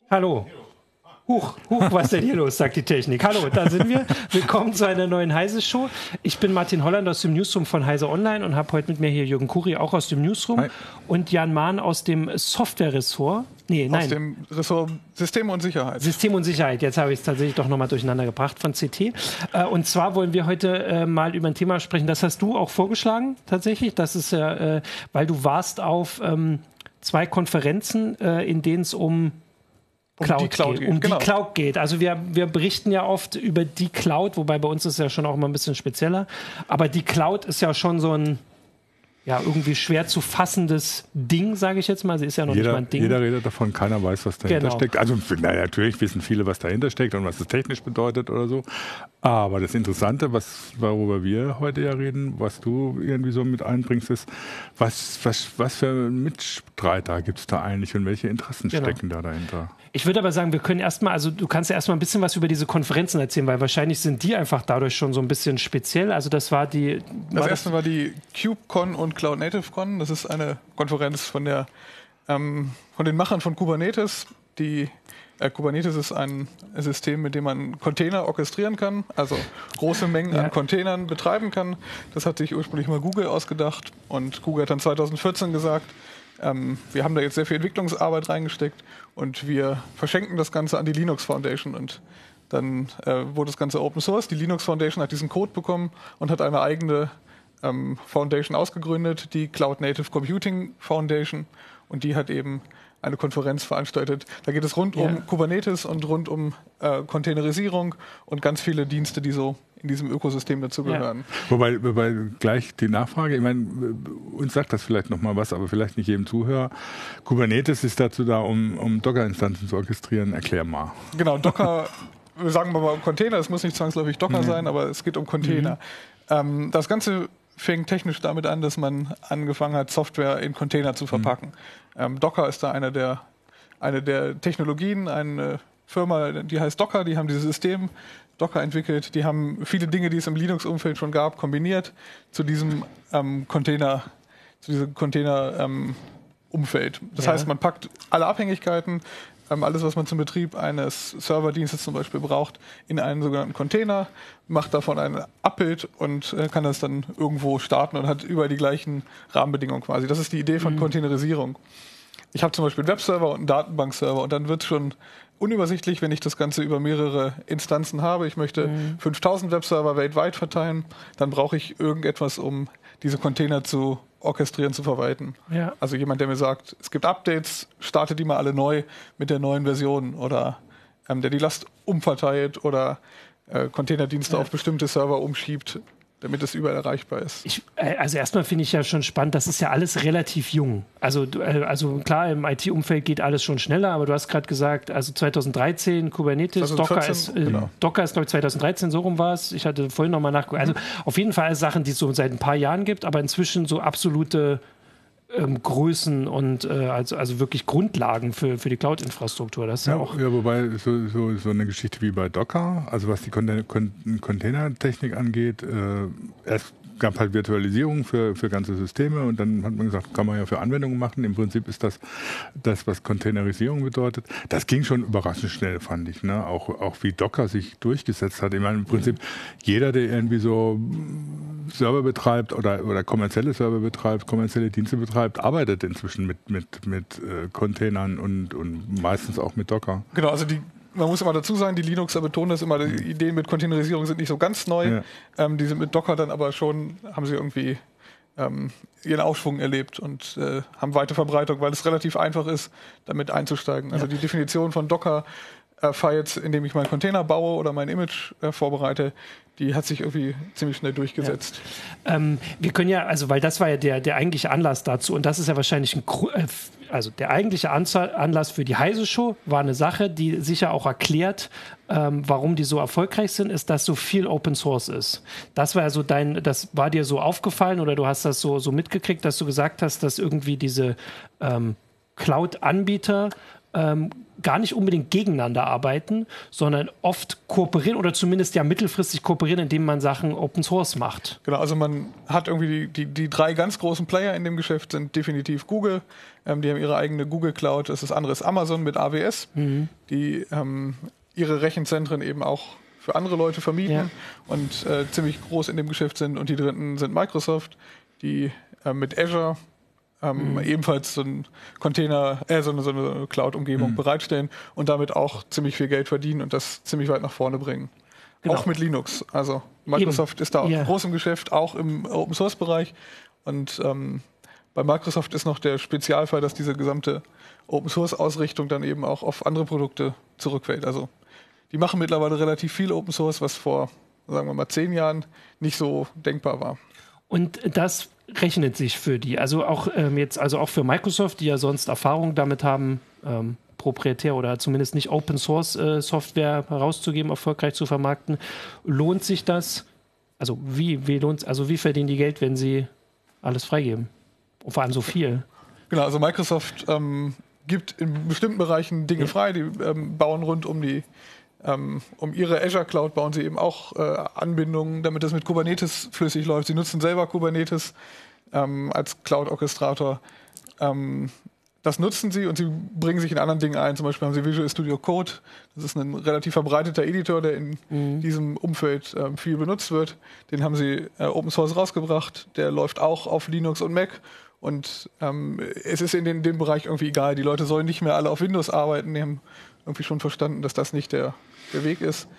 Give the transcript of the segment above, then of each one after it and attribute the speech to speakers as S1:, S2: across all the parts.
S1: Hallo. Huch, was ist denn hier los, sagt die Technik. Hallo, da sind wir. Willkommen zu einer neuen Heise-Show. Ich bin Martin Holland aus dem Newsroom von Heise Online und habe heute mit mir hier Jürgen Kuri, auch aus dem Newsroom. Hi. Und Jan Mahn aus dem Software-Ressort.
S2: Aus dem Ressort System und Sicherheit.
S1: System und Sicherheit, jetzt habe ich es tatsächlich doch nochmal durcheinander gebracht von CT. Und zwar wollen wir heute mal über ein Thema sprechen, das hast du auch vorgeschlagen, tatsächlich. Das ist ja, weil du warst auf 2 Konferenzen, in denen es um die Cloud geht. Also wir berichten ja oft über die Cloud, wobei bei uns ist es ja schon auch immer ein bisschen spezieller. Aber die Cloud ist ja schon so ein irgendwie schwer zu fassendes Ding, sage ich jetzt mal. Sie ist ja noch nicht mal ein Ding.
S3: Jeder redet davon, keiner weiß, was dahinter steckt. Also natürlich wissen viele, was dahinter steckt und was das technisch bedeutet oder so. Aber das Interessante, worüber wir heute ja reden, was du irgendwie so mit einbringst, ist, was für Mitstreiter gibt es da eigentlich und welche Interessen stecken da dahinter?
S1: Ich würde aber sagen, wir können erstmal, also du kannst ja erstmal ein bisschen was über diese Konferenzen erzählen, weil wahrscheinlich sind die einfach dadurch schon so ein bisschen speziell. Also das war die...
S2: Das erste war die KubeCon und Cloud Native Con. Das ist eine Konferenz von den Machern von Kubernetes. Kubernetes ist ein System, mit dem man Container orchestrieren kann, also große Mengen an Containern betreiben kann. Das hat sich ursprünglich mal Google ausgedacht und Google hat dann 2014 gesagt, wir haben da jetzt sehr viel Entwicklungsarbeit reingesteckt und wir verschenken das Ganze an die Linux Foundation. Und dann wurde das Ganze Open Source. Die Linux Foundation hat diesen Code bekommen und hat eine eigene Foundation ausgegründet, die Cloud Native Computing Foundation. Und die hat eben eine Konferenz veranstaltet. Da geht es rund um Kubernetes und rund um Containerisierung und ganz viele Dienste, die so in diesem Ökosystem dazugehören.
S3: Wobei gleich die Nachfrage, ich meine, uns sagt das vielleicht nochmal was, aber vielleicht nicht jedem Zuhörer. Kubernetes ist dazu da, um Docker-Instanzen zu orchestrieren. Erklär mal.
S2: Genau, Docker, sagen wir mal Container, es muss nicht zwangsläufig Docker sein, aber es geht um Container. Das Ganze fing technisch damit an, dass man angefangen hat, Software in Container zu verpacken. Docker ist da eine der Technologien, eine Firma, die heißt Docker, die haben dieses System Docker entwickelt, die haben viele Dinge, die es im Linux-Umfeld schon gab, kombiniert zu diesem Container-Umfeld. Das heißt, man packt alle Abhängigkeiten, alles, was man zum Betrieb eines Serverdienstes zum Beispiel braucht, in einen sogenannten Container, macht davon ein Abbild und kann das dann irgendwo starten und hat überall die gleichen Rahmenbedingungen quasi. Das ist die Idee von Containerisierung. Ich habe zum Beispiel einen Webserver und einen Datenbankserver und dann wird es schon unübersichtlich, wenn ich das Ganze über mehrere Instanzen habe. Ich möchte 5000 Webserver weltweit verteilen, dann brauche ich irgendetwas, um diese Container zu orchestrieren, zu verwalten. Ja. Also jemand, der mir sagt, es gibt Updates, starte die mal alle neu mit der neuen Version oder der die Last umverteilt oder Containerdienste auf bestimmte Server umschiebt, damit es überall erreichbar ist.
S1: Also erstmal finde ich ja schon spannend, das ist ja alles relativ jung. Also klar, im IT-Umfeld geht alles schon schneller, aber du hast gerade gesagt, also 2013 Kubernetes, 2014, Docker ist glaube ich 2013, so rum war es. Ich hatte vorhin nochmal nachgeguckt. Also auf jeden Fall Sachen, die es so seit ein paar Jahren gibt, aber inzwischen so absolute Größen und also wirklich Grundlagen für die Cloud-Infrastruktur. Das ist ja auch.
S3: Ja, wobei so eine Geschichte wie bei Docker, also was die Containertechnik angeht, erst gab halt Virtualisierung für ganze Systeme und dann hat man gesagt, kann man ja für Anwendungen machen. Im Prinzip ist das, was Containerisierung bedeutet. Das ging schon überraschend schnell, fand ich. Ne? Auch wie Docker sich durchgesetzt hat. Ich meine, im Prinzip jeder, der irgendwie so Server betreibt oder kommerzielle Server betreibt, kommerzielle Dienste betreibt, arbeitet inzwischen mit Containern und meistens auch mit Docker.
S2: Genau, also man muss immer dazu sagen, die Linuxer betonen das immer, die Ideen mit Containerisierung sind nicht so ganz neu. Ja. Die sind mit Docker dann aber schon, haben sie irgendwie ihren Aufschwung erlebt und haben weite Verbreitung, weil es relativ einfach ist, damit einzusteigen. Also die Definition von Docker-Files, indem ich meinen Container baue oder mein Image vorbereite, die hat sich irgendwie ziemlich schnell durchgesetzt.
S1: Ja. Wir können ja, also weil das war ja der eigentliche Anlass dazu und das ist ja wahrscheinlich also der eigentliche Anlass für die Heise-Show war eine Sache, die sicher auch erklärt, warum die so erfolgreich sind, ist, dass so viel Open Source ist. Das war ja so das war dir so aufgefallen oder du hast das so mitgekriegt, dass du gesagt hast, dass irgendwie diese Cloud-Anbieter gar nicht unbedingt gegeneinander arbeiten, sondern oft kooperieren oder zumindest ja mittelfristig kooperieren, indem man Sachen Open Source macht.
S2: Genau, also man hat irgendwie die drei ganz großen Player in dem Geschäft sind definitiv Google. Die haben ihre eigene Google Cloud. Das andere ist Amazon mit AWS, die ihre Rechenzentren eben auch für andere Leute vermieten und ziemlich groß in dem Geschäft sind. Und die dritten sind Microsoft, die mit Azure ebenfalls so ein Container, so eine Cloud-Umgebung bereitstellen und damit auch ziemlich viel Geld verdienen und das ziemlich weit nach vorne bringen. Genau. Auch mit Linux. Also Microsoft ist da groß im Geschäft, auch im Open-Source-Bereich. Und bei Microsoft ist noch der Spezialfall, dass diese gesamte Open-Source-Ausrichtung dann eben auch auf andere Produkte zurückfällt. Also die machen mittlerweile relativ viel Open-Source, was vor, sagen wir mal, 10 Jahren nicht so denkbar war.
S1: Und das rechnet sich für die, also auch auch für Microsoft, die ja sonst Erfahrung damit haben, proprietär oder zumindest nicht Open Source Software herauszugeben, erfolgreich zu vermarkten. Lohnt sich das? Also wie verdienen die Geld, wenn sie alles freigeben? Und vor allem so viel.
S2: Genau, also Microsoft gibt in bestimmten Bereichen Dinge frei, die bauen rund um ihre Azure Cloud bauen sie eben auch Anbindungen, damit das mit Kubernetes flüssig läuft. Sie nutzen selber Kubernetes als Cloud-Orchestrator. Das nutzen sie und sie bringen sich in anderen Dingen ein. Zum Beispiel haben sie Visual Studio Code. Das ist ein relativ verbreiteter Editor, der in diesem Umfeld viel benutzt wird. Den haben sie Open Source rausgebracht. Der läuft auch auf Linux und Mac. Und es ist in dem Bereich irgendwie egal. Die Leute sollen nicht mehr alle auf Windows arbeiten. Die haben irgendwie schon verstanden, dass das nicht der Weg ist.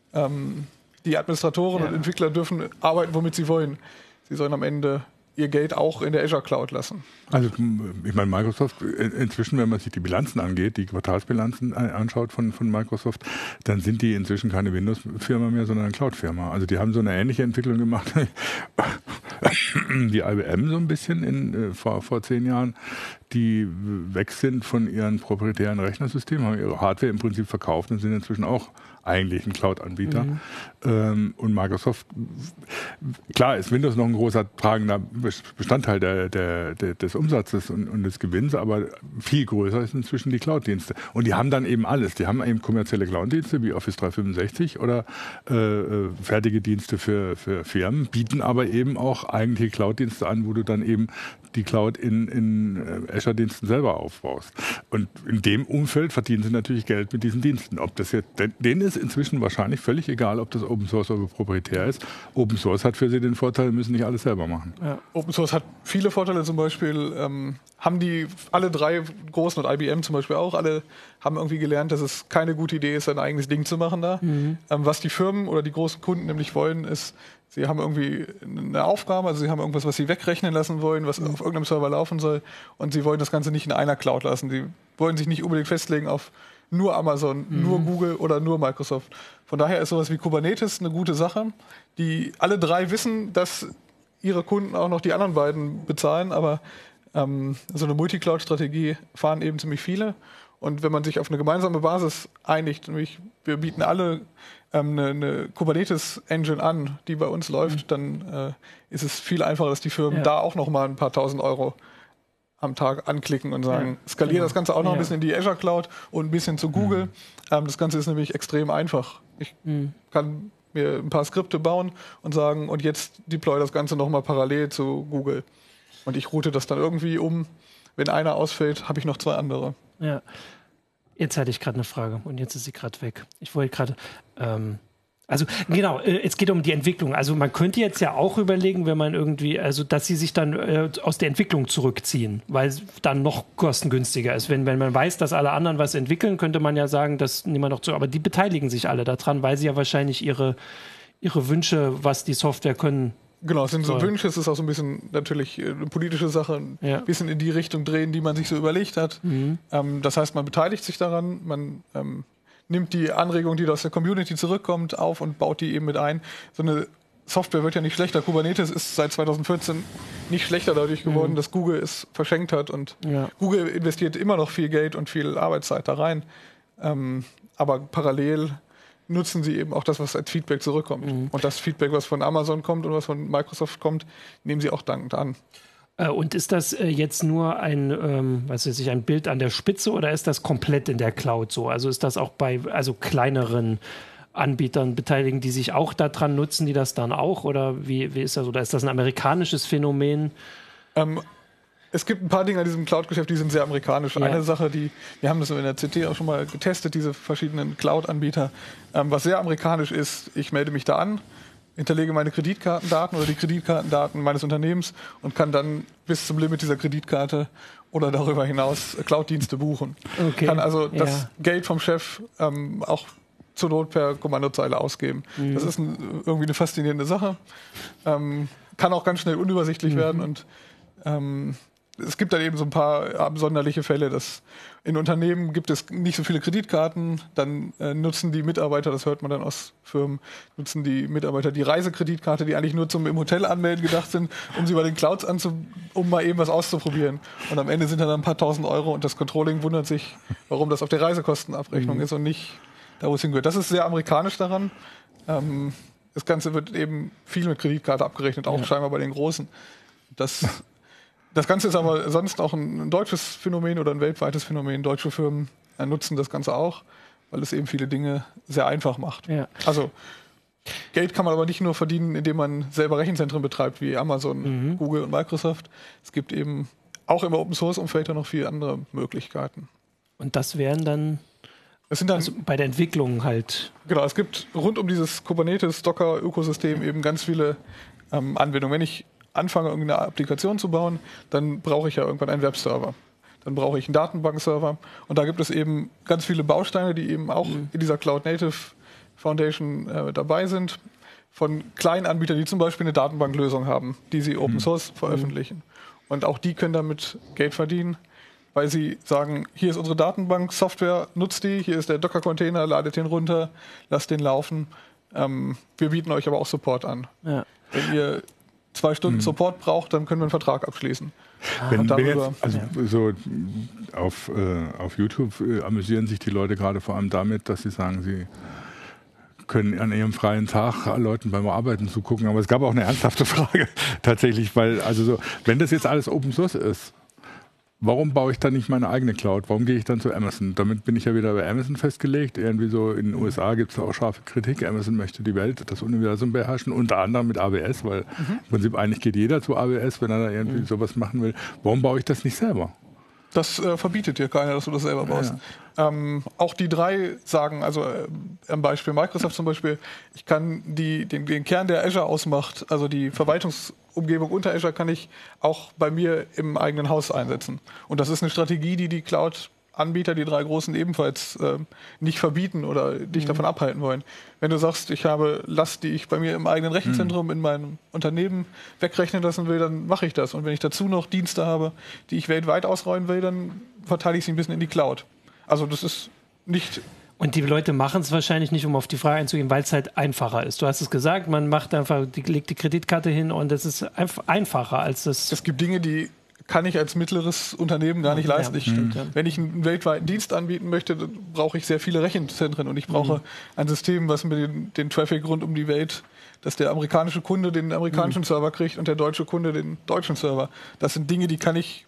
S2: Die Administratoren und Entwickler dürfen arbeiten, womit sie wollen. Sie sollen am Ende ihr Geld auch in der Azure Cloud lassen.
S3: Also ich meine, Microsoft, inzwischen, wenn man sich die Bilanzen angeht, die Quartalsbilanzen anschaut von Microsoft, dann sind die inzwischen keine Windows-Firma mehr, sondern eine Cloud-Firma. Also die haben so eine ähnliche Entwicklung gemacht wie IBM so ein bisschen vor 10 Jahren, die weg sind von ihren proprietären Rechnersystemen, haben ihre Hardware im Prinzip verkauft und sind inzwischen auch eigentlich ein Cloud-Anbieter. Und Microsoft, klar ist Windows noch ein großer tragender Bestandteil des Umsatzes und des Gewinns, aber viel größer ist inzwischen die Cloud-Dienste. Und die haben dann eben alles. Die haben eben kommerzielle Cloud-Dienste wie Office 365 oder fertige Dienste für Firmen, bieten aber eben auch eigentliche Cloud-Dienste an, wo du dann eben die Cloud in Azure-Diensten selber aufbaust. Und in dem Umfeld verdienen sie natürlich Geld mit diesen Diensten. Ob das jetzt, denen ist inzwischen wahrscheinlich völlig egal, ob das Open Source oder proprietär ist. Open Source hat für sie den Vorteil, sie müssen nicht alles selber machen.
S2: Ja. Open Source hat viele Vorteile, zum Beispiel haben die alle drei großen und IBM zum Beispiel auch, alle haben irgendwie gelernt, dass es keine gute Idee ist, ein eigenes Ding zu machen da. Was die Firmen oder die großen Kunden nämlich wollen, ist, sie haben irgendwie eine Aufgabe, also sie haben irgendwas, was sie wegrechnen lassen wollen, was auf irgendeinem Server laufen soll und sie wollen das Ganze nicht in einer Cloud lassen. Sie wollen sich nicht unbedingt festlegen auf nur Amazon, nur Google oder nur Microsoft. Von daher ist sowas wie Kubernetes eine gute Sache. Die alle drei wissen, dass ihre Kunden auch noch die anderen beiden bezahlen, aber so eine Multicloud-Strategie fahren eben ziemlich viele. Und wenn man sich auf eine gemeinsame Basis einigt, nämlich wir bieten alle eine Kubernetes-Engine an, die bei uns läuft, dann ist es viel einfacher, dass die Firmen da auch noch mal ein paar tausend Euro am Tag anklicken und sagen, skaliere das Ganze auch noch ein bisschen in die Azure Cloud und ein bisschen zu Google. Das Ganze ist nämlich extrem einfach. Ich kann mir ein paar Skripte bauen und sagen, und jetzt deploy das Ganze noch mal parallel zu Google. Und ich route das dann irgendwie um. Wenn einer ausfällt, habe ich noch 2 andere.
S1: Ja. Jetzt hatte ich gerade eine Frage und jetzt ist sie gerade weg. Ich wollte gerade, es geht um die Entwicklung. Also man könnte jetzt ja auch überlegen, wenn man irgendwie, also dass sie sich dann aus der Entwicklung zurückziehen, weil es dann noch kostengünstiger ist. Wenn man weiß, dass alle anderen was entwickeln, könnte man ja sagen, das nehmen wir noch zu. Aber die beteiligen sich alle daran, weil sie ja wahrscheinlich ihre Wünsche, was die Software können.
S2: Genau, es sind so Wünsche, es ist auch so ein bisschen natürlich eine politische Sache, ein bisschen in die Richtung drehen, die man sich so überlegt hat. Das heißt, man beteiligt sich daran, man nimmt die Anregung, die aus der Community zurückkommt, auf und baut die eben mit ein. So eine Software wird ja nicht schlechter. Kubernetes ist seit 2014 nicht schlechter dadurch geworden, dass Google es verschenkt hat. Und Google investiert immer noch viel Geld und viel Arbeitszeit da rein. Aber parallel nutzen sie eben auch das, was als Feedback zurückkommt. Und das Feedback, was von Amazon kommt und was von Microsoft kommt, nehmen sie auch dankend an.
S1: Und ist das jetzt nur ein Bild an der Spitze oder ist das komplett in der Cloud so? Also ist das auch bei kleineren Anbietern beteiligen, die sich auch daran nutzen, die das dann auch? Oder wie ist das? Oder ist das ein amerikanisches Phänomen?
S2: Es gibt ein paar Dinge an diesem Cloud-Geschäft, die sind sehr amerikanisch. Ja. Eine Sache, wir haben das in der CT auch schon mal getestet, diese verschiedenen Cloud-Anbieter. Was sehr amerikanisch ist, ich melde mich da an, hinterlege meine Kreditkartendaten oder die Kreditkartendaten meines Unternehmens und kann dann bis zum Limit dieser Kreditkarte oder darüber hinaus Cloud-Dienste buchen. Okay. Kann also das Geld vom Chef auch zur Not per Kommandozeile ausgeben. Mhm. Das ist irgendwie eine faszinierende Sache. Kann auch ganz schnell unübersichtlich werden und es gibt dann eben so ein paar absonderliche Fälle, dass in Unternehmen gibt es nicht so viele Kreditkarten, dann nutzen die Mitarbeiter, das hört man dann aus Firmen, nutzen die Mitarbeiter die Reisekreditkarte, die eigentlich nur zum im Hotel anmelden gedacht sind, um sie bei den Clouds um mal eben was auszuprobieren. Und am Ende sind dann ein paar tausend Euro und das Controlling wundert sich, warum das auf der Reisekostenabrechnung ist und nicht da, wo es hingehört. Das ist sehr amerikanisch daran. Das Ganze wird eben viel mit Kreditkarte abgerechnet, auch scheinbar bei den Großen. Das Ganze ist aber sonst auch ein deutsches Phänomen oder ein weltweites Phänomen. Deutsche Firmen nutzen das Ganze auch, weil es eben viele Dinge sehr einfach macht. Ja. Also Geld kann man aber nicht nur verdienen, indem man selber Rechenzentren betreibt, wie Amazon, Google und Microsoft. Es gibt eben auch im Open-Source-Umfeld noch viele andere Möglichkeiten.
S1: Und das wären dann also bei der Entwicklung halt.
S2: Genau, es gibt rund um dieses Kubernetes-Docker-Ökosystem eben ganz viele Anwendungen. Wenn ich anfange, irgendeine Applikation zu bauen, dann brauche ich ja irgendwann einen Webserver. Dann brauche ich einen Datenbankserver. Und da gibt es eben ganz viele Bausteine, die eben auch in dieser Cloud Native Foundation dabei sind. Von kleinen Anbietern, die zum Beispiel eine Datenbanklösung haben, die sie Open Source veröffentlichen. Und auch die können damit Geld verdienen, weil sie sagen, hier ist unsere Datenbank-Software, nutzt die, hier ist der Docker-Container, ladet den runter, lasst den laufen. Wir bieten euch aber auch Support an. Ja. Wenn ihr 2 Stunden Support braucht, dann können wir einen Vertrag abschließen.
S3: Auf YouTube amüsieren sich die Leute gerade vor allem damit, dass sie sagen, sie können an ihrem freien Tag Leuten beim Arbeiten zugucken. Aber es gab auch eine ernsthafte Frage tatsächlich, weil wenn das jetzt alles Open Source ist, warum baue ich dann nicht meine eigene Cloud? Warum gehe ich dann zu Amazon? Damit bin ich ja wieder bei Amazon festgelegt. Irgendwie so in den USA gibt es auch scharfe Kritik. Amazon möchte die Welt, das Universum beherrschen, unter anderem mit AWS, weil im Prinzip eigentlich geht jeder zu AWS, wenn er da irgendwie sowas machen will. Warum baue ich das nicht selber?
S2: Das verbietet dir keiner, dass du das selber baust. Ja. Auch die 3 sagen, also am Beispiel Microsoft zum Beispiel, ich kann den Kern, der Azure ausmacht, also die Verwaltungsumgebung unter Azure, kann ich auch bei mir im eigenen Haus einsetzen. Und das ist eine Strategie, die Cloud-Anbieter, die 3 großen, ebenfalls nicht verbieten oder dich davon abhalten wollen. Wenn du sagst, ich habe Last, die ich bei mir im eigenen Rechenzentrum in meinem Unternehmen wegrechnen lassen will, dann mache ich das. Und wenn ich dazu noch Dienste habe, die ich weltweit ausrollen will, dann verteile ich sie ein bisschen in die Cloud. Also das ist nicht...
S1: Und die Leute machen es wahrscheinlich nicht, um auf die Frage einzugehen, weil es halt einfacher ist. Du hast es gesagt, man macht einfach, legt die Kreditkarte hin und es ist einfacher als das...
S2: Es gibt Dinge, die kann ich als mittleres Unternehmen gar nicht leisten. Wenn ich einen weltweiten Dienst anbieten möchte, dann brauche ich sehr viele Rechenzentren und ich brauche ein System, was mir den Traffic rund um die Welt, dass der amerikanische Kunde den amerikanischen Server kriegt und der deutsche Kunde den deutschen Server. Das sind Dinge, die kann ich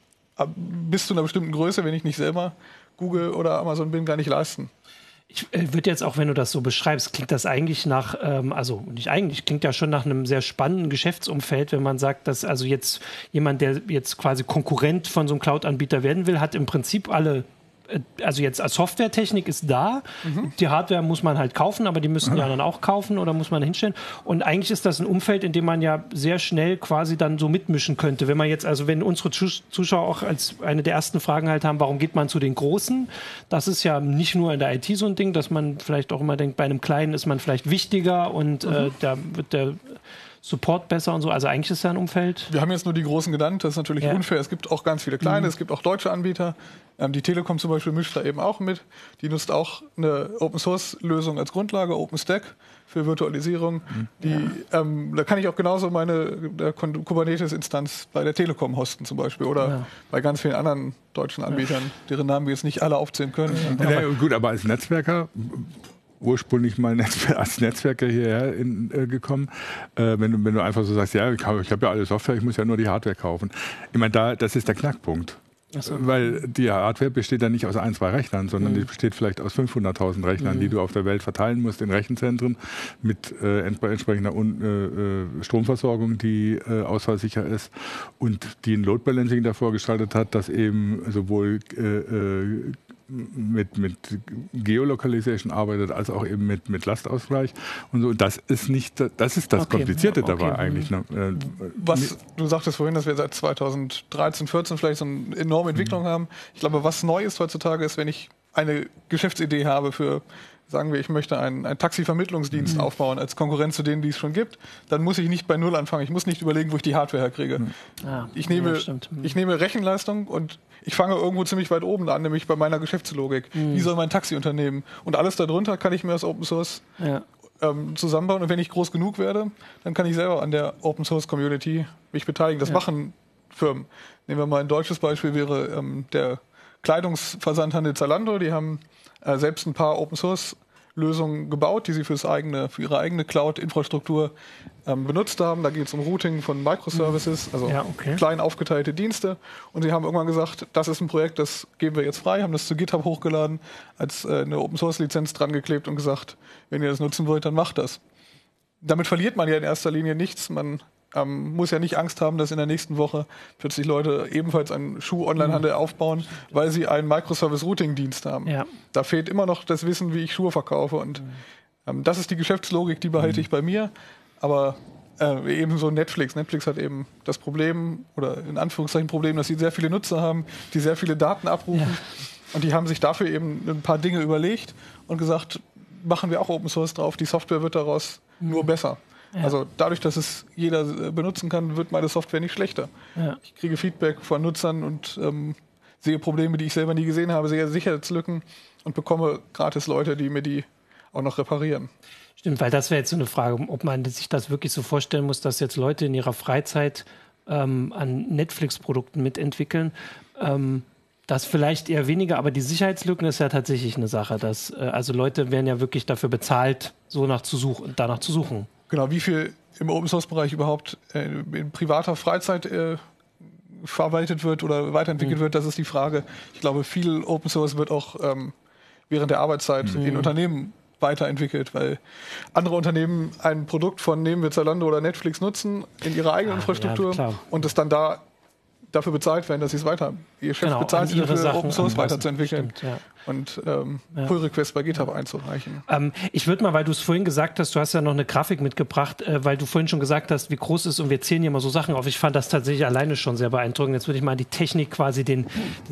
S2: bis zu einer bestimmten Größe, wenn ich nicht selber Google oder Amazon bin, gar nicht leisten.
S1: Ich würde jetzt auch, wenn du das so beschreibst, klingt das eigentlich nach, klingt ja schon nach einem sehr spannenden Geschäftsumfeld, wenn man sagt, dass also jetzt jemand, der jetzt quasi Konkurrent von so einem Cloud-Anbieter werden will, hat im Prinzip also jetzt als Softwaretechnik ist da, die Hardware muss man halt kaufen, aber die müssen ja dann auch kaufen oder muss man hinstellen. Und eigentlich ist das ein Umfeld, in dem man ja sehr schnell quasi dann so mitmischen könnte. Wenn man jetzt, also wenn unsere Zuschauer auch als eine der ersten Fragen halt haben, warum geht man zu den Großen? Das ist ja nicht nur in der IT so ein Ding, dass man vielleicht auch immer denkt, bei einem Kleinen ist man vielleicht wichtiger und da wird der Support besser und so. Also eigentlich ist ja ein Umfeld.
S2: Wir haben jetzt nur die Großen genannt, das ist natürlich unfair. Es gibt auch ganz viele kleine, es gibt auch deutsche Anbieter. Die Telekom zum Beispiel mischt da eben auch mit. Die nutzt auch eine Open-Source-Lösung als Grundlage, OpenStack für Virtualisierung. Da kann ich auch genauso meine Kubernetes-Instanz bei der Telekom hosten zum Beispiel oder bei ganz vielen anderen deutschen Anbietern, deren Namen wir jetzt nicht alle aufzählen können.
S3: Gut, aber als Netzwerker ursprünglich mal als Netzwerker hierher gekommen. Wenn du einfach so sagst, ja, ich habe ja alle Software, ich muss ja nur die Hardware kaufen. Ich meine, das ist der Knackpunkt. So. Weil die Hardware besteht dann nicht aus 1, 2 Rechnern, sondern die besteht vielleicht aus 500.000 Rechnern, die du auf der Welt verteilen musst in Rechenzentren mit entsprechender Stromversorgung, die ausfallsicher ist und die ein Load Balancing davor gestaltet hat, dass eben sowohl mit Geolocalization arbeitet, als auch eben mit Lastausgleich und so. Das ist das Komplizierte dabei eigentlich.
S2: Was du sagtest vorhin, dass wir seit 2013, 14 vielleicht so eine enorme Entwicklung haben. Ich glaube, was neu ist heutzutage, ist, wenn ich eine Geschäftsidee habe für, sagen wir, ich möchte einen Taxivermittlungsdienst aufbauen als Konkurrenz zu denen, die es schon gibt, dann muss ich nicht bei Null anfangen. Ich muss nicht überlegen, wo ich die Hardware herkriege. Ich nehme Rechenleistung und ich fange irgendwo ziemlich weit oben an, nämlich bei meiner Geschäftslogik. Wie soll mein Taxiunternehmen? Und alles darunter kann ich mir als Open Source zusammenbauen. Und wenn ich groß genug werde, dann kann ich selber an der Open Source Community mich beteiligen. Das machen Firmen. Nehmen wir mal ein deutsches Beispiel, wäre der Kleidungsversandhandel Zalando. Die haben selbst ein paar Open Source Lösungen gebaut, die sie für ihre eigene Cloud-Infrastruktur benutzt haben. Da geht es um Routing von Microservices, also klein aufgeteilte Dienste. Und sie haben irgendwann gesagt, das ist ein Projekt, das geben wir jetzt frei, haben das zu GitHub hochgeladen, als eine Open-Source-Lizenz dran geklebt und gesagt, wenn ihr das nutzen wollt, dann macht das. Damit verliert man ja in erster Linie nichts. Man muss ja nicht Angst haben, dass in der nächsten Woche plötzlich Leute ebenfalls einen Schuh-Online-Handel aufbauen, weil sie einen Microservice-Routing-Dienst haben. Ja. Da fehlt immer noch das Wissen, wie ich Schuhe verkaufe. Und das ist die Geschäftslogik, die behalte ich bei mir. Aber ebenso Netflix. Netflix hat eben das Problem, oder in Anführungszeichen Problem, dass sie sehr viele Nutzer haben, die sehr viele Daten abrufen. Ja. Und die haben sich dafür eben ein paar Dinge überlegt und gesagt, machen wir auch Open Source drauf, die Software wird daraus nur besser. Ja. Also dadurch, dass es jeder benutzen kann, wird meine Software nicht schlechter. Ja. Ich kriege Feedback von Nutzern und sehe Probleme, die ich selber nie gesehen habe, sehe Sicherheitslücken und bekomme gratis Leute, die mir die auch noch reparieren.
S1: Stimmt, weil das wäre jetzt so eine Frage, ob man sich das wirklich so vorstellen muss, dass jetzt Leute in ihrer Freizeit an Netflix-Produkten mitentwickeln. Das vielleicht eher weniger, aber die Sicherheitslücken ist ja tatsächlich eine Sache. Also Leute werden ja wirklich dafür bezahlt, danach zu suchen.
S2: Genau, wie viel im Open-Source-Bereich überhaupt in privater Freizeit verwaltet wird oder weiterentwickelt wird, das ist die Frage. Ich glaube, viel Open-Source wird auch während der Arbeitszeit in Unternehmen weiterentwickelt, weil andere Unternehmen ein Produkt von, nehmen wir Zalando oder Netflix, nutzen in ihrer eigenen Infrastruktur und es dann dafür bezahlt werden, dass sie es ihr Chef bezahlt sie dafür, Open Source weiterzuentwickeln. Stimmt, und Pull-Requests bei GitHub einzureichen.
S1: Ich würde mal, weil du es vorhin gesagt hast, du hast ja noch eine Grafik mitgebracht, weil du vorhin schon gesagt hast, wie groß es ist und wir zählen hier mal so Sachen auf. Ich fand das tatsächlich alleine schon sehr beeindruckend. Jetzt würde ich mal an die Technik quasi den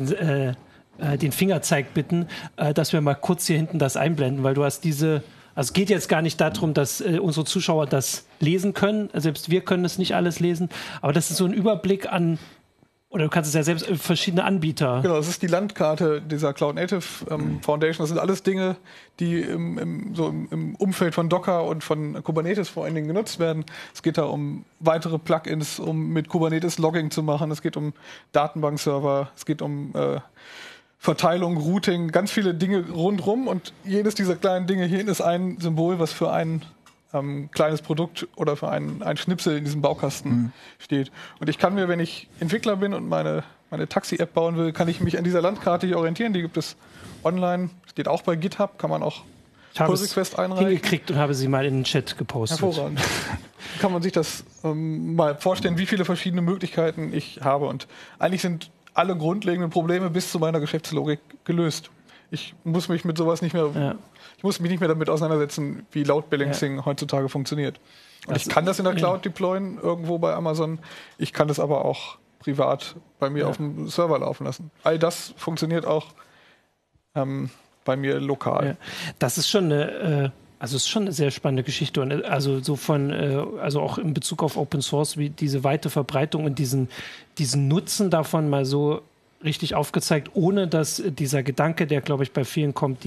S1: Fingerzeig bitten, dass wir mal kurz hier hinten das einblenden, weil du hast also es geht jetzt gar nicht darum, dass unsere Zuschauer das lesen können. Selbst wir können es nicht alles lesen. Aber das ist so ein Überblick an, oder du kannst es ja selbst verschiedene Anbieter.
S2: Genau, das ist die Landkarte dieser Cloud Native Foundation. Das sind alles Dinge, die im Umfeld von Docker und von Kubernetes vor allen Dingen genutzt werden. Es geht da um weitere Plugins, um mit Kubernetes Logging zu machen. Es geht um Datenbankserver. Es geht um Verteilung, Routing, ganz viele Dinge rundrum. Und jedes dieser kleinen Dinge hier ist ein Symbol, was für ein kleines Produkt oder für ein Schnipsel in diesem Baukasten steht. Und ich kann mir, wenn ich Entwickler bin und meine Taxi-App bauen will, kann ich mich an dieser Landkarte hier orientieren. Die gibt es online, steht auch bei GitHub, kann man auch
S1: Pull-Request einreichen. Hingekriegt und habe sie mal in den Chat gepostet.
S2: Hervorragend. Kann man sich das mal vorstellen, wie viele verschiedene Möglichkeiten ich habe. Und eigentlich sind alle grundlegenden Probleme bis zu meiner Geschäftslogik gelöst. Ich muss mich mit sowas nicht mehr... Ich muss mich nicht mehr damit auseinandersetzen, wie Load Balancing heutzutage funktioniert. Und ich kann das in der Cloud deployen, irgendwo bei Amazon. Ich kann das aber auch privat bei mir auf dem Server laufen lassen. All das funktioniert auch bei mir lokal.
S1: Ja. Das ist schon eine sehr spannende Geschichte. Und also also auch in Bezug auf Open Source, wie diese weite Verbreitung und diesen Nutzen davon mal so richtig aufgezeigt, ohne dass dieser Gedanke, der, glaube ich, bei vielen kommt, die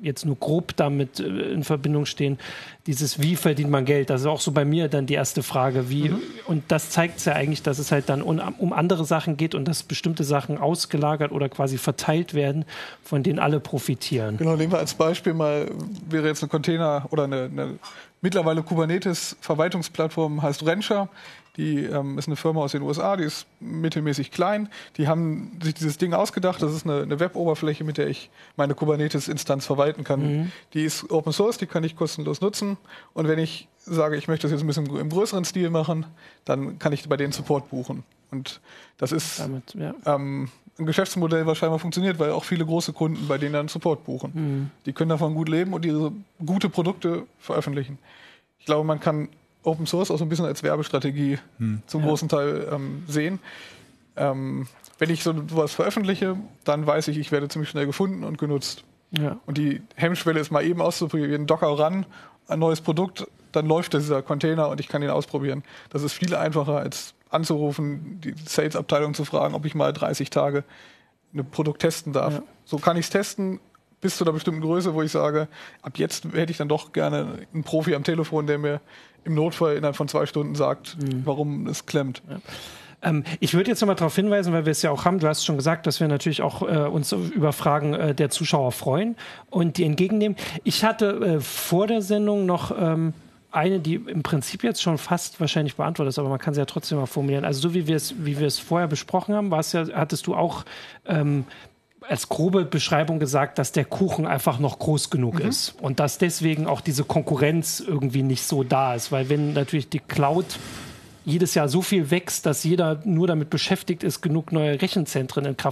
S1: jetzt nur grob damit in Verbindung stehen, wie verdient man Geld? Das ist auch so bei mir dann die erste Frage. Und das zeigt es ja eigentlich, dass es halt dann um andere Sachen geht und dass bestimmte Sachen ausgelagert oder quasi verteilt werden, von denen alle profitieren.
S2: Genau, nehmen wir als Beispiel mal, wäre jetzt ein Container oder eine mittlerweile Kubernetes-Verwaltungsplattform, heißt Rancher. Die ist eine Firma aus den USA, die ist mittelmäßig klein. Die haben sich dieses Ding ausgedacht. Das ist eine Web-Oberfläche, mit der ich meine Kubernetes-Instanz verwalten kann. Die ist Open Source, die kann ich kostenlos nutzen. Und wenn ich sage, ich möchte das jetzt ein bisschen im größeren Stil machen, dann kann ich bei denen Support buchen. Und das ist ein Geschäftsmodell, was scheinbar funktioniert, weil auch viele große Kunden bei denen dann Support buchen. Die können davon gut leben und ihre gute Produkte veröffentlichen. Ich glaube, man kann Open Source auch so ein bisschen als Werbestrategie zum großen Teil sehen. Wenn ich sowas veröffentliche, dann weiß ich, ich werde ziemlich schnell gefunden und genutzt. Ja. Und die Hemmschwelle ist mal eben auszuprobieren, Docker ran, ein neues Produkt, dann läuft dieser Container und ich kann ihn ausprobieren. Das ist viel einfacher, als anzurufen, die Sales-Abteilung zu fragen, ob ich mal 30 Tage ein Produkt testen darf. Ja. So kann ich es testen, bis zu einer bestimmten Größe, wo ich sage, ab jetzt hätte ich dann doch gerne einen Profi am Telefon, der mir im Notfall innerhalb von 2 Stunden sagt, warum es klemmt.
S1: Ja. Ich würde jetzt nochmal darauf hinweisen, weil wir es ja auch haben, du hast schon gesagt, dass wir natürlich auch uns über Fragen der Zuschauer freuen und die entgegennehmen. Ich hatte vor der Sendung noch eine, die im Prinzip jetzt schon fast wahrscheinlich beantwortet ist, aber man kann sie ja trotzdem mal formulieren. Also so wie wir es vorher besprochen haben, hattest du auch als grobe Beschreibung gesagt, dass der Kuchen einfach noch groß genug ist und dass deswegen auch diese Konkurrenz irgendwie nicht so da ist, weil wenn natürlich die Cloud jedes Jahr so viel wächst, dass jeder nur damit beschäftigt ist, genug neue Rechenzentren in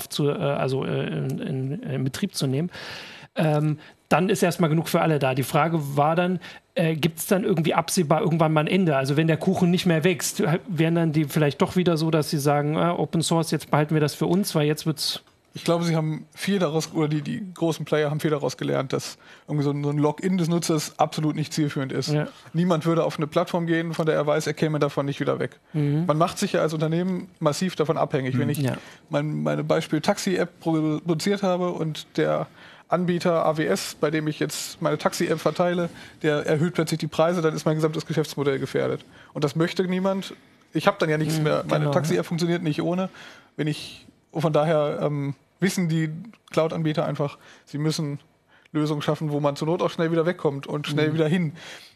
S1: in Betrieb zu nehmen, dann ist erstmal genug für alle da. Die Frage war dann, gibt es dann irgendwie absehbar irgendwann mal ein Ende? Also wenn der Kuchen nicht mehr wächst, wären dann die vielleicht doch wieder so, dass sie sagen, Open Source, jetzt behalten wir das für uns, weil jetzt wird's.
S2: Ich glaube, sie haben viel daraus, oder die großen Player haben viel daraus gelernt, dass irgendwie so ein Login des Nutzers absolut nicht zielführend ist. Ja. Niemand würde auf eine Plattform gehen, von der er weiß, er käme davon nicht wieder weg. Man macht sich ja als Unternehmen massiv davon abhängig. Wenn ich meine Beispiel Taxi-App produziert habe und der Anbieter AWS, bei dem ich jetzt meine Taxi-App verteile, der erhöht plötzlich die Preise, dann ist mein gesamtes Geschäftsmodell gefährdet. Und das möchte niemand. Ich habe dann ja nichts mehr. Meine Taxi-App funktioniert nicht ohne. Von daher wissen die Cloud-Anbieter einfach, sie müssen Lösungen schaffen, wo man zur Not auch schnell wieder wegkommt und schnell wieder hin.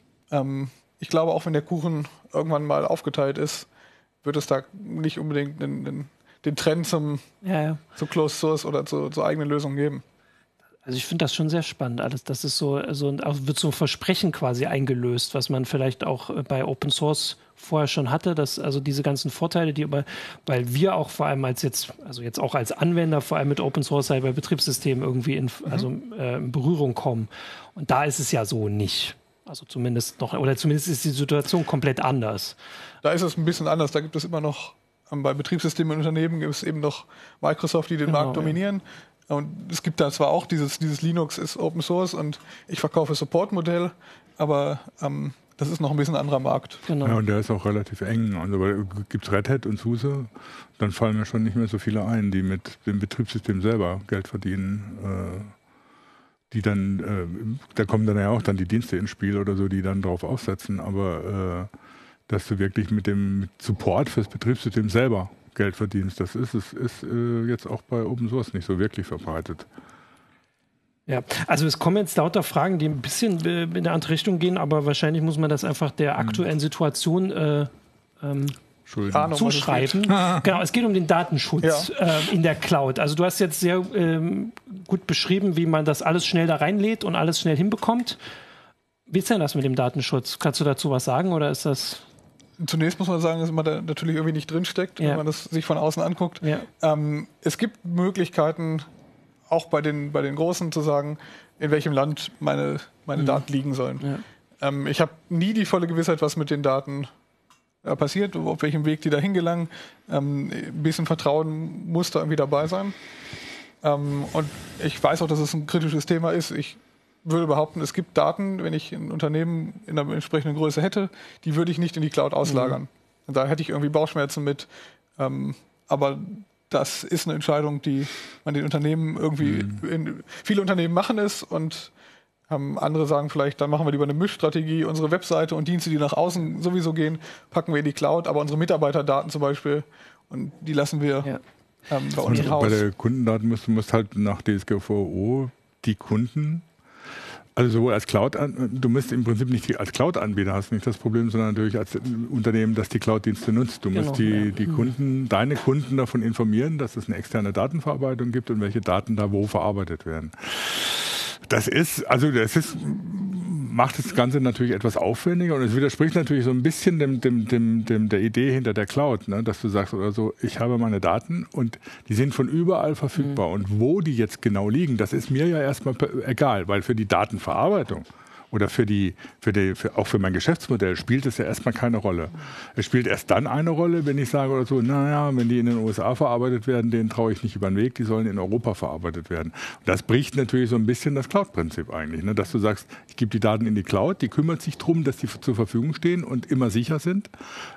S2: Ich glaube, auch wenn der Kuchen irgendwann mal aufgeteilt ist, wird es da nicht unbedingt den Trend zu Closed Source oder zu eigenen Lösungen geben.
S1: Also ich finde das schon sehr spannend alles. Das ist wird so ein Versprechen quasi eingelöst, was man vielleicht auch bei Open Source vorher schon hatte, dass also diese ganzen Vorteile, weil wir auch vor allem jetzt auch als Anwender vor allem mit Open Source bei Betriebssystemen irgendwie in Berührung kommen. Und da ist es ja so nicht. Also zumindest ist die Situation komplett anders.
S2: Da ist es ein bisschen anders. Da gibt es immer noch, bei Betriebssystemen in Unternehmen gibt es eben noch Microsoft, die den Markt dominieren. Ja. Und es gibt da zwar auch dieses Linux ist Open Source und ich verkaufe Support-Modell, aber das ist noch ein bisschen ein anderer Markt.
S3: Genau. Ja, und der ist auch relativ eng. Also gibt es Red Hat und SUSE, dann fallen mir schon nicht mehr so viele ein, die mit dem Betriebssystem selber Geld verdienen. Die dann, da kommen dann ja auch dann die Dienste ins Spiel oder so, die dann drauf aufsetzen. Aber dass du wirklich mit dem Support fürs Betriebssystem selber Geld verdienst, das ist jetzt auch bei Open Source nicht so wirklich verbreitet.
S1: Ja, also es kommen jetzt lauter Fragen, die ein bisschen in eine andere Richtung gehen, aber wahrscheinlich muss man das einfach der aktuellen Situation zuschreiben. Genau, es geht um den Datenschutz in der Cloud. Also du hast jetzt sehr gut beschrieben, wie man das alles schnell da reinlädt und alles schnell hinbekommt. Wie ist denn das mit dem Datenschutz? Kannst du dazu was sagen oder ist das...
S2: Zunächst muss man sagen, dass man da natürlich irgendwie nicht drinsteckt, wenn man das sich von außen anguckt. Ja. Es gibt Möglichkeiten, auch bei den Großen zu sagen, in welchem Land meine Daten liegen sollen. Ja. Ich habe nie die volle Gewissheit, was mit den Daten passiert, auf welchem Weg die da hingelangen. Ein bisschen Vertrauen muss da irgendwie dabei sein. Und ich weiß auch, dass es ein kritisches Thema ist. Ich würde behaupten, es gibt Daten, wenn ich ein Unternehmen in einer entsprechenden Größe hätte, die würde ich nicht in die Cloud auslagern. Und da hätte ich irgendwie Bauchschmerzen mit. Aber das ist eine Entscheidung, die man den Unternehmen irgendwie... Viele Unternehmen machen es und Andere sagen vielleicht, dann machen wir lieber eine Mischstrategie, unsere Webseite und Dienste, die nach außen sowieso gehen, packen wir in die Cloud, aber unsere Mitarbeiterdaten zum Beispiel, und die lassen wir bei uns im Haus.
S3: Bei der Kundendaten musst halt nach DSGVO die Kunden, also sowohl als Cloud, du musst im Prinzip nicht als Cloud-Anbieter hast nicht das Problem, sondern natürlich als Unternehmen, das die Cloud-Dienste nutzt. Du musst die Kunden, deine Kunden davon informieren, dass es eine externe Datenverarbeitung gibt und welche Daten da wo verarbeitet werden. Macht das Ganze natürlich etwas aufwendiger und es widerspricht natürlich so ein bisschen der Idee hinter der Cloud, ne? Dass du sagst oder so, ich habe meine Daten und die sind von überall verfügbar und wo die jetzt genau liegen, das ist mir ja erstmal egal, weil für die Datenverarbeitung oder auch für mein Geschäftsmodell spielt es ja erstmal keine Rolle. Es spielt erst dann eine Rolle, wenn ich sage oder so, naja, wenn die in den USA verarbeitet werden, denen traue ich nicht über den Weg, die sollen in Europa verarbeitet werden. Und das bricht natürlich so ein bisschen das Cloud-Prinzip eigentlich, ne? Dass du sagst, ich gebe die Daten in die Cloud, die kümmert sich darum, dass die zur Verfügung stehen und immer sicher sind.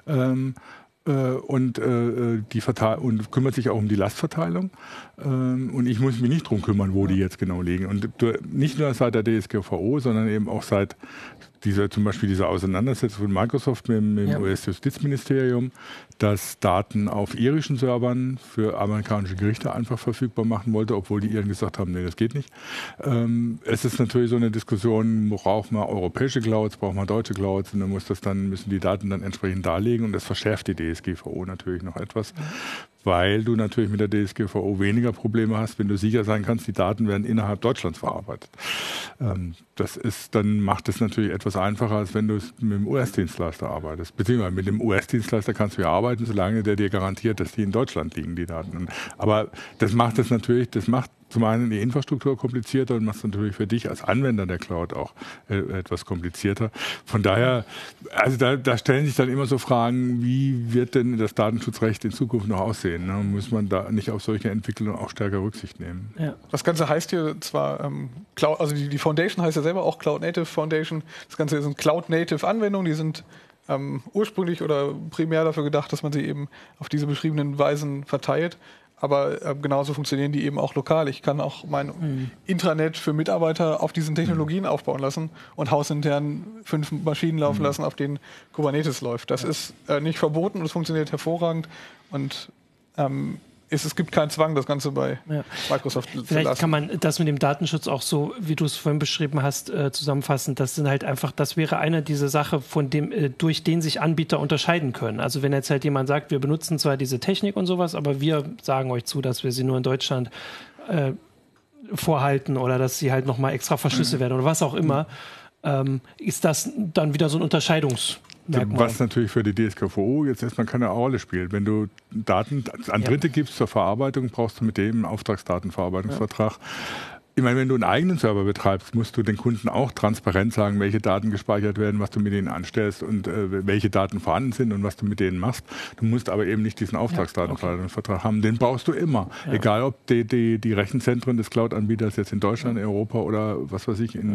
S3: Und kümmert sich auch um die Lastverteilung. Und ich muss mich nicht drum kümmern, wo die jetzt genau liegen. Und nicht nur seit der DSGVO, sondern eben auch seit zum Beispiel diese Auseinandersetzung von Microsoft mit dem US-Justizministerium, dass Daten auf irischen Servern für amerikanische Gerichte einfach verfügbar machen wollte, obwohl die Iren gesagt haben, nee, das geht nicht. Es ist natürlich so eine Diskussion, braucht man europäische Clouds, braucht man deutsche Clouds und dann müssen die Daten dann entsprechend darlegen und das verschärft die DSGVO natürlich noch etwas. Weil du natürlich mit der DSGVO weniger Probleme hast, wenn du sicher sein kannst, die Daten werden innerhalb Deutschlands verarbeitet. Dann macht es natürlich etwas einfacher, als wenn du mit dem US-Dienstleister arbeitest. Beziehungsweise mit dem US-Dienstleister kannst du ja arbeiten, solange der dir garantiert, dass die in Deutschland liegen, die Daten. Aber das macht zum einen die Infrastruktur komplizierter und macht es natürlich für dich als Anwender der Cloud auch etwas komplizierter. Von daher, also da stellen sich dann immer so Fragen, wie wird denn das Datenschutzrecht in Zukunft noch aussehen? Ne? Muss man da nicht auf solche Entwicklungen auch stärker Rücksicht nehmen?
S2: Ja. Das Ganze heißt hier zwar Cloud, also die Foundation heißt ja selber auch Cloud Native Foundation. Das Ganze sind Cloud Native Anwendungen, die sind ursprünglich oder primär dafür gedacht, dass man sie eben auf diese beschriebenen Weisen verteilt. Aber genauso funktionieren die eben auch lokal. Ich kann auch mein Intranet für Mitarbeiter auf diesen Technologien aufbauen lassen und hausintern 5 Maschinen laufen lassen, auf denen Kubernetes läuft. Das ist nicht verboten und es funktioniert hervorragend. Und es gibt keinen Zwang, das Ganze bei Microsoft zu lassen.
S1: Vielleicht kann man das mit dem Datenschutz auch so, wie du es vorhin beschrieben hast, zusammenfassen. Das wäre eine dieser Sachen, durch den sich Anbieter unterscheiden können. Also wenn jetzt halt jemand sagt, wir benutzen zwar diese Technik und sowas, aber wir sagen euch zu, dass wir sie nur in Deutschland vorhalten oder dass sie halt nochmal extra verschlüsselt werden oder was auch immer, ist das dann wieder so ein Unterscheidungsmerkmal.
S3: Was natürlich für die DSGVO jetzt erstmal keine Rolle spielt. Wenn du Daten an Dritte gibst zur Verarbeitung, brauchst du mit dem einen Auftragsdatenverarbeitungsvertrag. Ich meine, wenn du einen eigenen Server betreibst, musst du den Kunden auch transparent sagen, welche Daten gespeichert werden, was du mit denen anstellst und welche Daten vorhanden sind und was du mit denen machst. Du musst aber eben nicht diesen Auftragsdatenverarbeitungsvertrag haben. Den brauchst du immer. Ja. Egal, ob die Rechenzentren des Cloud-Anbieters jetzt in Deutschland, Europa oder was weiß ich,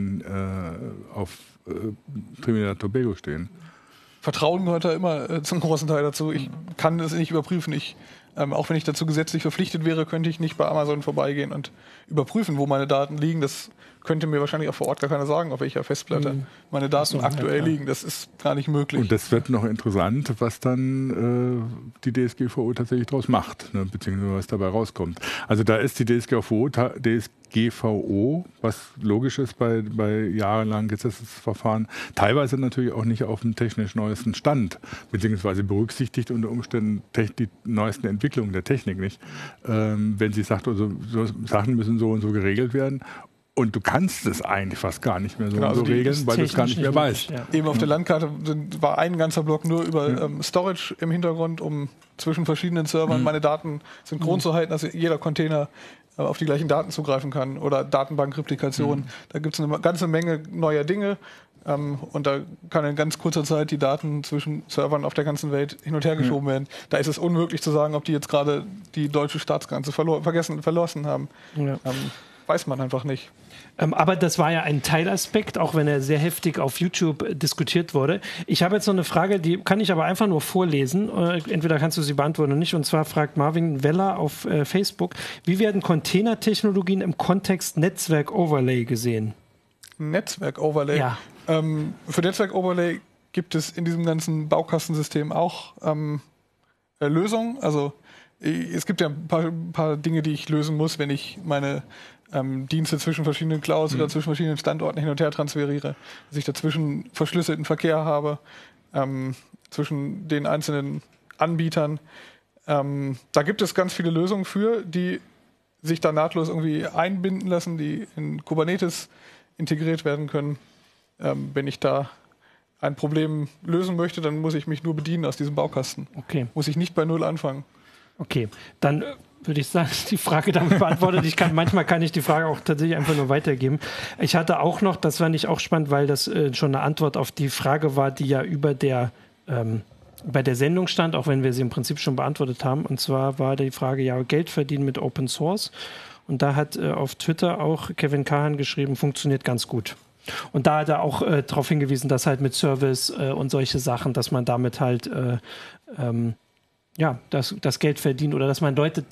S3: auf Trinidad und Tobago stehen.
S2: Vertrauen gehört da immer zum großen Teil dazu. Ich kann es nicht überprüfen. Auch wenn ich dazu gesetzlich verpflichtet wäre, könnte ich nicht bei Amazon vorbeigehen und überprüfen, wo meine Daten liegen. Das könnte mir wahrscheinlich auch vor Ort gar keiner sagen, auf welcher Festplatte meine Daten aktuell liegen. Das ist gar nicht möglich.
S3: Und das wird noch interessant, was dann die DSGVO tatsächlich daraus macht, ne, beziehungsweise was dabei rauskommt. Also da ist die DSGVO, was logisch ist bei jahrelangen Gesetzesverfahren, teilweise natürlich auch nicht auf dem technisch neuesten Stand, beziehungsweise berücksichtigt unter Umständen die neuesten Entwicklungen der Technik nicht. Wenn sie sagt, also, so Sachen müssen so und so geregelt werden. Und du kannst es eigentlich fast gar nicht mehr so regeln, weil du es gar nicht mehr weißt.
S2: Ja. Eben auf der Landkarte war ein ganzer Block nur über Storage im Hintergrund, um zwischen verschiedenen Servern meine Daten synchron zu halten, dass jeder Container auf die gleichen Daten zugreifen kann oder Datenbankreplikation. Da gibt es eine ganze Menge neuer Dinge. Und da kann in ganz kurzer Zeit die Daten zwischen Servern auf der ganzen Welt hin und her geschoben werden. Da ist es unmöglich zu sagen, ob die jetzt gerade die deutsche Staatsgrenze verlassen haben. Ja. Weiß man einfach nicht.
S1: Aber das war ja ein Teilaspekt, auch wenn er sehr heftig auf YouTube diskutiert wurde. Ich habe jetzt noch eine Frage, die kann ich aber einfach nur vorlesen. Entweder kannst du sie beantworten oder nicht. Und zwar fragt Marvin Weller auf Facebook, wie werden Containertechnologien im Kontext Netzwerk-Overlay gesehen?
S2: Netzwerk-Overlay.
S1: Ja.
S2: Für Netzwerk-Overlay gibt es in diesem ganzen Baukastensystem auch Lösungen. Also es gibt ja ein paar Dinge, die ich lösen muss, wenn ich meine Dienste zwischen verschiedenen Clouds oder zwischen verschiedenen Standorten hin und her transferiere, dass ich dazwischen verschlüsselten Verkehr habe, zwischen den einzelnen Anbietern. Da gibt es ganz viele Lösungen für, die sich da nahtlos irgendwie einbinden lassen, die in Kubernetes integriert werden können. Wenn ich da ein Problem lösen möchte, dann muss ich mich nur bedienen aus diesem Baukasten.
S1: Okay.
S2: Muss ich nicht bei Null anfangen.
S1: Okay, dann würde ich sagen, die Frage damit beantwortet. Manchmal kann ich die Frage auch tatsächlich einfach nur weitergeben. Ich hatte auch noch, das fand ich auch spannend, weil das schon eine Antwort auf die Frage war, die ja bei der Sendung stand, auch wenn wir sie im Prinzip schon beantwortet haben. Und zwar war die Frage, ja, Geld verdienen mit Open Source. Und da hat auf Twitter auch Kevin Kahan geschrieben, funktioniert ganz gut. Und da hat er auch darauf hingewiesen, dass halt mit Service und solche Sachen, dass man damit halt das Geld verdient oder dass man Leute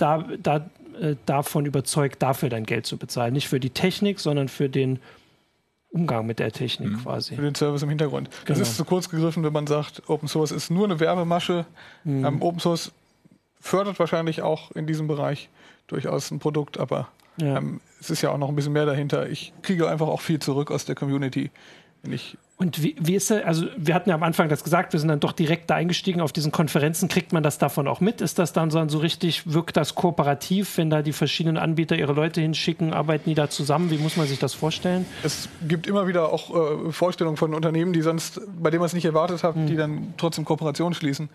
S1: davon überzeugt, dafür dann Geld zu bezahlen. Nicht für die Technik, sondern für den Umgang mit der Technik quasi.
S2: Für den Service im Hintergrund.
S1: Genau.
S2: Das ist zu kurz gegriffen, wenn man sagt, Open Source ist nur eine Werbemasche. Open Source fördert wahrscheinlich auch in diesem Bereich durchaus ein Produkt, aber es ist ja auch noch ein bisschen mehr dahinter. Ich kriege einfach auch viel zurück aus der Community.
S1: Und wie ist das? Also wir hatten ja am Anfang das gesagt, wir sind dann doch direkt da eingestiegen auf diesen Konferenzen. Kriegt man das davon auch mit? Ist das dann so richtig, wirkt das kooperativ, wenn da die verschiedenen Anbieter ihre Leute hinschicken, arbeiten die da zusammen? Wie muss man sich das vorstellen?
S2: Es gibt immer wieder auch Vorstellungen von Unternehmen, bei denen man es nicht erwartet hat, die dann trotzdem Kooperation schließen.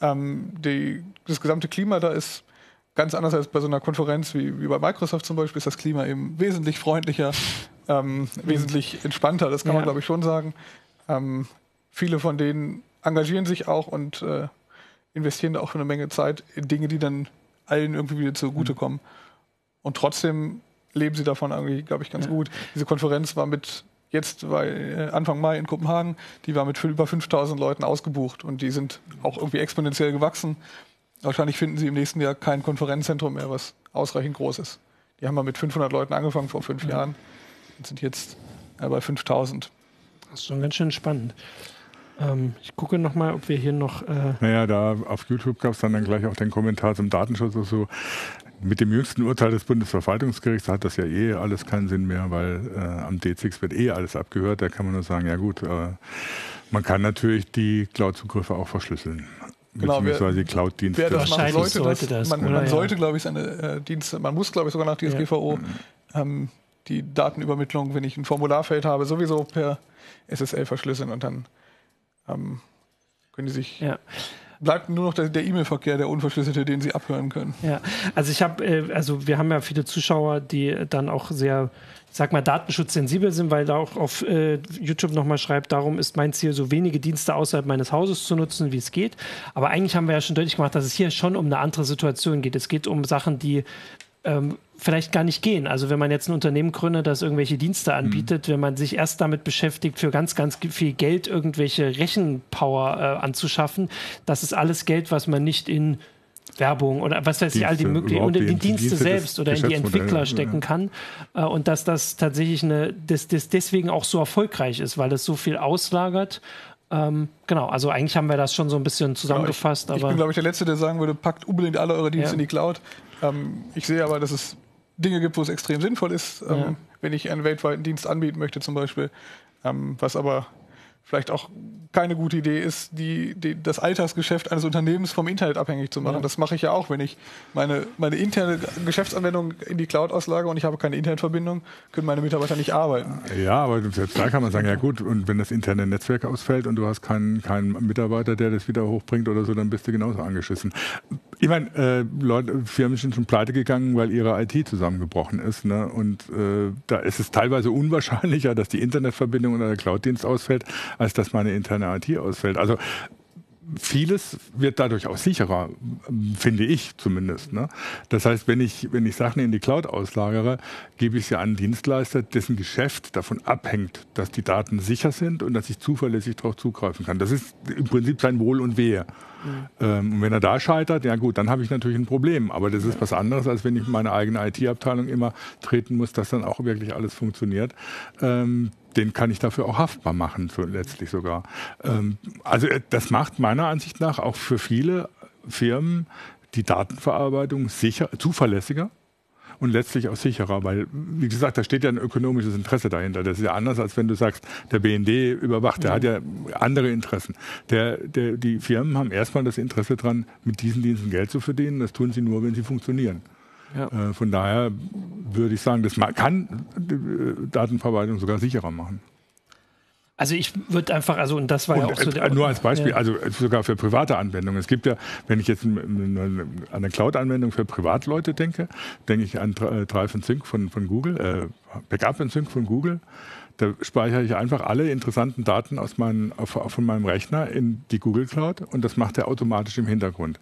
S2: Das gesamte Klima da ist ganz anders als bei so einer Konferenz wie bei Microsoft zum Beispiel, ist das Klima eben wesentlich freundlicher, wesentlich entspannter, das kann man glaube ich schon sagen. Viele von denen engagieren sich auch und investieren da auch schon eine Menge Zeit in Dinge, die dann allen irgendwie wieder zugutekommen. Und trotzdem leben sie davon irgendwie, glaube ich, ganz gut. Diese Konferenz war Anfang Mai in Kopenhagen, die war mit über 5.000 Leuten ausgebucht und die sind auch irgendwie exponentiell gewachsen. Wahrscheinlich finden sie im nächsten Jahr kein Konferenzzentrum mehr, was ausreichend groß ist. Die haben mal mit 500 Leuten angefangen vor 5 Jahren und sind jetzt bei 5.000.
S1: Das ist schon ganz schön spannend. Ich gucke nochmal, ob wir hier noch...
S3: Naja, da auf YouTube gab es dann gleich auch den Kommentar zum Datenschutz und so. Mit dem jüngsten Urteil des Bundesverwaltungsgerichts hat das ja alles keinen Sinn mehr, weil am D6 wird alles abgehört. Da kann man nur sagen, ja gut, man kann natürlich die Cloud-Zugriffe auch verschlüsseln.
S2: Genau,
S3: beziehungsweise die Cloud-Dienste.
S2: Wer das macht,
S1: sollte das.
S2: Man sollte, glaube ich, seine Dienste, man muss, glaube ich, sogar nach DSGVO die Datenübermittlung, wenn ich ein Formularfeld habe, sowieso per SSL verschlüsseln und dann können die sich... Bleibt nur noch der E-Mail-Verkehr, der unverschlüsselte, den sie abhören können.
S1: Ja, also wir haben ja viele Zuschauer, die dann auch sehr, ich sag mal, datenschutzsensibel sind, weil da auch auf YouTube nochmal schreibt, darum ist mein Ziel, so wenige Dienste außerhalb meines Hauses zu nutzen, wie es geht. Aber eigentlich haben wir ja schon deutlich gemacht, dass es hier schon um eine andere Situation geht. Es geht um Sachen, die vielleicht gar nicht gehen. Also wenn man jetzt ein Unternehmen gründet, das irgendwelche Dienste anbietet, wenn man sich erst damit beschäftigt, für ganz, ganz viel Geld irgendwelche Rechenpower anzuschaffen, das ist alles Geld, was man nicht in Werbung oder was weiß ich, all die möglichen, und in die Dienste selbst oder in die Entwickler stecken kann. Und dass das tatsächlich das deswegen auch so erfolgreich ist, weil es so viel auslagert. Genau, also eigentlich haben wir das schon so ein bisschen zusammengefasst.
S2: Ich bin, glaube ich, der Letzte, der sagen würde, packt unbedingt alle eure Dienste in die Cloud. Ich sehe aber, dass es Dinge gibt, wo es extrem sinnvoll ist, wenn ich einen weltweiten Dienst anbieten möchte zum Beispiel, was aber vielleicht auch keine gute Idee ist, das Alltagsgeschäft eines Unternehmens vom Internet abhängig zu machen. Ja. Das mache ich ja auch, wenn ich meine interne Geschäftsanwendung in die Cloud auslage und ich habe keine Internetverbindung, können meine Mitarbeiter nicht arbeiten.
S3: Ja, aber selbst da kann man sagen, ja gut, und wenn das interne Netzwerk ausfällt und du hast keinen Mitarbeiter, der das wieder hochbringt oder so, dann bist du genauso angeschissen. Ich meine, Firmen sind schon pleite gegangen, weil ihre IT zusammengebrochen ist. Ne? Und da ist es teilweise unwahrscheinlicher, dass die Internetverbindung oder der Cloud-Dienst ausfällt, als dass meine interne IT ausfällt. Also vieles wird dadurch auch sicherer, finde ich zumindest. Ne? Das heißt, wenn ich Sachen in die Cloud auslagere, gebe ich sie an einen Dienstleister, dessen Geschäft davon abhängt, dass die Daten sicher sind und dass ich zuverlässig darauf zugreifen kann. Das ist im Prinzip sein Wohl und Wehe. Und wenn er da scheitert, ja gut, dann habe ich natürlich ein Problem. Aber das ist was anderes, als wenn ich meine eigene IT-Abteilung immer treten muss, dass dann auch wirklich alles funktioniert. den kann ich dafür auch haftbar machen, letztlich sogar. Also das macht meiner Ansicht nach auch für viele Firmen die Datenverarbeitung zuverlässiger und letztlich auch sicherer, weil, wie gesagt, da steht ja ein ökonomisches Interesse dahinter. Das ist ja anders, als wenn du sagst, der BND überwacht, der hat ja andere Interessen. Die Firmen haben erstmal das Interesse daran, mit diesen Diensten Geld zu verdienen. Das tun sie nur, wenn sie funktionieren. Ja. Von daher würde ich sagen, das kann Datenverarbeitung sogar sicherer machen.
S1: Also ich würde einfach, und das war ja auch so
S3: nur als Beispiel, also sogar für private Anwendungen. Es gibt ja, wenn ich jetzt an eine Cloud-Anwendung für Privatleute denke ich an Drive and Sync von Google, Backup and Sync von Google. Da speichere ich einfach alle interessanten Daten von meinem Rechner in die Google Cloud und das macht er automatisch im Hintergrund.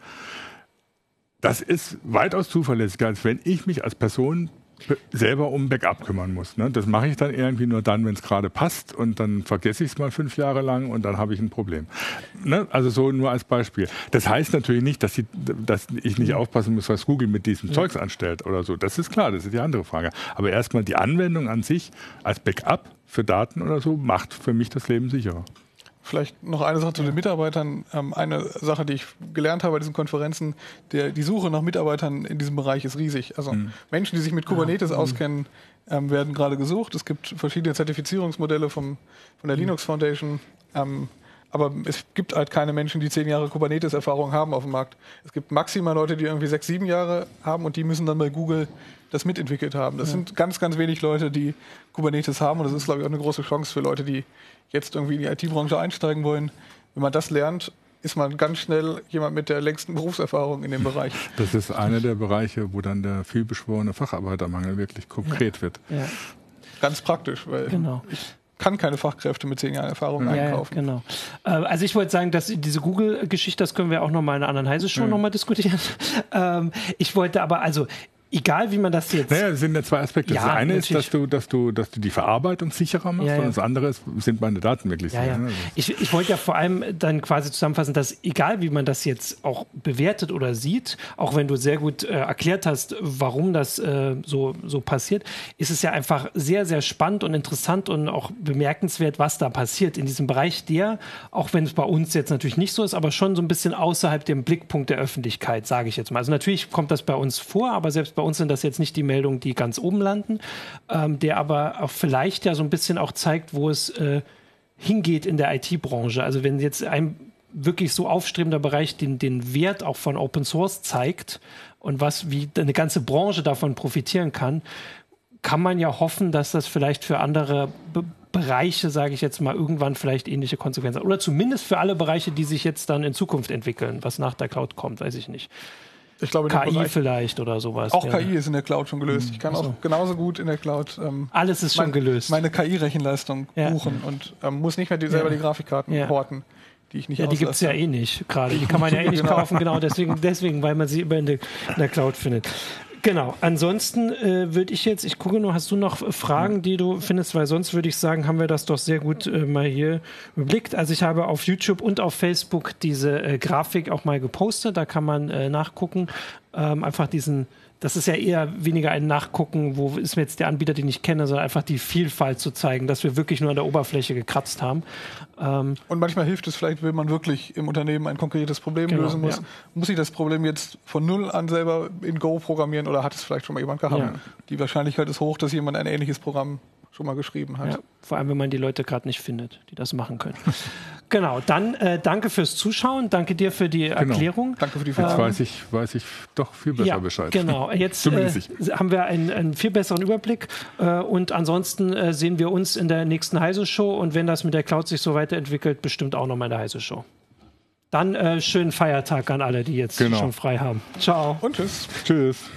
S3: Das ist weitaus zuverlässiger, als wenn ich mich als Person selber um Backup kümmern muss. Ne? Das mache ich dann irgendwie nur dann, wenn es gerade passt und dann vergesse ich es mal 5 Jahre lang und dann habe ich ein Problem. Ne? Also so nur als Beispiel. Das heißt natürlich nicht, dass ich nicht aufpassen muss, was Google mit diesem Zeugs anstellt oder so. Das ist klar, das ist die andere Frage. Aber erstmal die Anwendung an sich als Backup für Daten oder so macht für mich das Leben sicherer.
S2: Vielleicht noch eine Sache zu den Mitarbeitern. Eine Sache, die ich gelernt habe bei diesen Konferenzen, die Suche nach Mitarbeitern in diesem Bereich ist riesig. Also Menschen, die sich mit Kubernetes auskennen, werden gerade gesucht. Es gibt verschiedene Zertifizierungsmodelle von der Linux Foundation. Aber es gibt halt keine Menschen, die 10 Jahre Kubernetes-Erfahrung haben auf dem Markt. Es gibt maximal Leute, die irgendwie 6, 7 Jahre haben und die müssen dann bei Google das mitentwickelt haben. Das sind ganz, ganz wenig Leute, die Kubernetes haben und das ist, glaube ich, auch eine große Chance für Leute, die jetzt irgendwie in die IT-Branche einsteigen wollen. Wenn man das lernt, ist man ganz schnell jemand mit der längsten Berufserfahrung in dem Bereich.
S3: Das ist einer der Bereiche, wo dann der vielbeschworene Facharbeitermangel wirklich konkret wird.
S2: Ja. Ganz praktisch, weil ich kann keine Fachkräfte mit 10 Jahren Erfahrung einkaufen.
S1: Ja, genau. Also ich wollte sagen, dass diese Google-Geschichte, das können wir auch nochmal in einer anderen Heise-Show nochmal diskutieren. Ich wollte aber, egal wie man das jetzt...
S3: Naja, das sind ja 2 Aspekte. Das eine ist, dass du die Verarbeitung sicherer machst und das andere sind meine Daten wirklich sicher.
S1: Ja. Ich wollte ja vor allem dann quasi zusammenfassen, dass egal wie man das jetzt auch bewertet oder sieht, auch wenn du sehr gut erklärt hast, warum das so passiert, ist es ja einfach sehr, sehr spannend und interessant und auch bemerkenswert, was da passiert in diesem Bereich, der, auch wenn es bei uns jetzt natürlich nicht so ist, aber schon so ein bisschen außerhalb dem Blickpunkt der Öffentlichkeit, sage ich jetzt mal. Also natürlich kommt das bei uns vor, aber selbst bei uns sind das jetzt nicht die Meldungen, die ganz oben landen, der aber auch vielleicht ja so ein bisschen auch zeigt, wo es hingeht in der IT-Branche. Also wenn jetzt ein wirklich so aufstrebender Bereich den Wert auch von Open Source zeigt und wie eine ganze Branche davon profitieren kann man ja hoffen, dass das vielleicht für andere Bereiche, sage ich jetzt mal, irgendwann vielleicht ähnliche Konsequenzen hat. Oder zumindest für alle Bereiche, die sich jetzt dann in Zukunft entwickeln, was nach der Cloud kommt, weiß ich nicht.
S2: Ich glaube,
S1: KI vielleicht oder sowas.
S2: Auch KI ist in der Cloud schon gelöst. Ich kann auch genauso gut in der Cloud
S1: alles ist schon gelöst.
S2: Meine KI-Rechenleistung buchen und muss nicht mehr selber die Grafikkarten horten, die ich nicht auslasse.
S1: Die gibt es ja eh nicht gerade. Die kann man ja eh nicht kaufen, genau deswegen, weil man sie immer in der Cloud findet. Genau, ansonsten würde ich gucke nur, hast du noch Fragen, die du findest, weil sonst würde ich sagen, haben wir das doch sehr gut mal hier überblickt. Also ich habe auf YouTube und auf Facebook diese Grafik auch mal gepostet, da kann man nachgucken, einfach das ist ja eher weniger ein Nachgucken, wo ist mir jetzt der Anbieter, den ich kenne, sondern einfach die Vielfalt zu zeigen, dass wir wirklich nur an der Oberfläche gekratzt haben.
S2: Und manchmal hilft es vielleicht, wenn man wirklich im Unternehmen ein konkretes Problem lösen muss. Ja. Muss ich das Problem jetzt von null an selber in Go programmieren oder hat es vielleicht schon mal jemand gehabt? Ja. Die Wahrscheinlichkeit ist hoch, dass jemand ein ähnliches Programm schon mal geschrieben hat.
S1: Ja, vor allem, wenn man die Leute gerade nicht findet, die das machen können. Genau, dann danke fürs Zuschauen, danke dir für die Erklärung.
S2: Danke für die Frage.
S3: Jetzt weiß ich doch viel besser Bescheid.
S1: Genau, jetzt haben wir einen viel besseren Überblick und ansonsten sehen wir uns in der nächsten Heise-Show und wenn das mit der Cloud sich so weiterentwickelt, bestimmt auch nochmal in der Heise-Show. Dann schönen Feiertag an alle, die jetzt schon frei haben. Ciao.
S2: Und tschüss.
S3: Tschüss.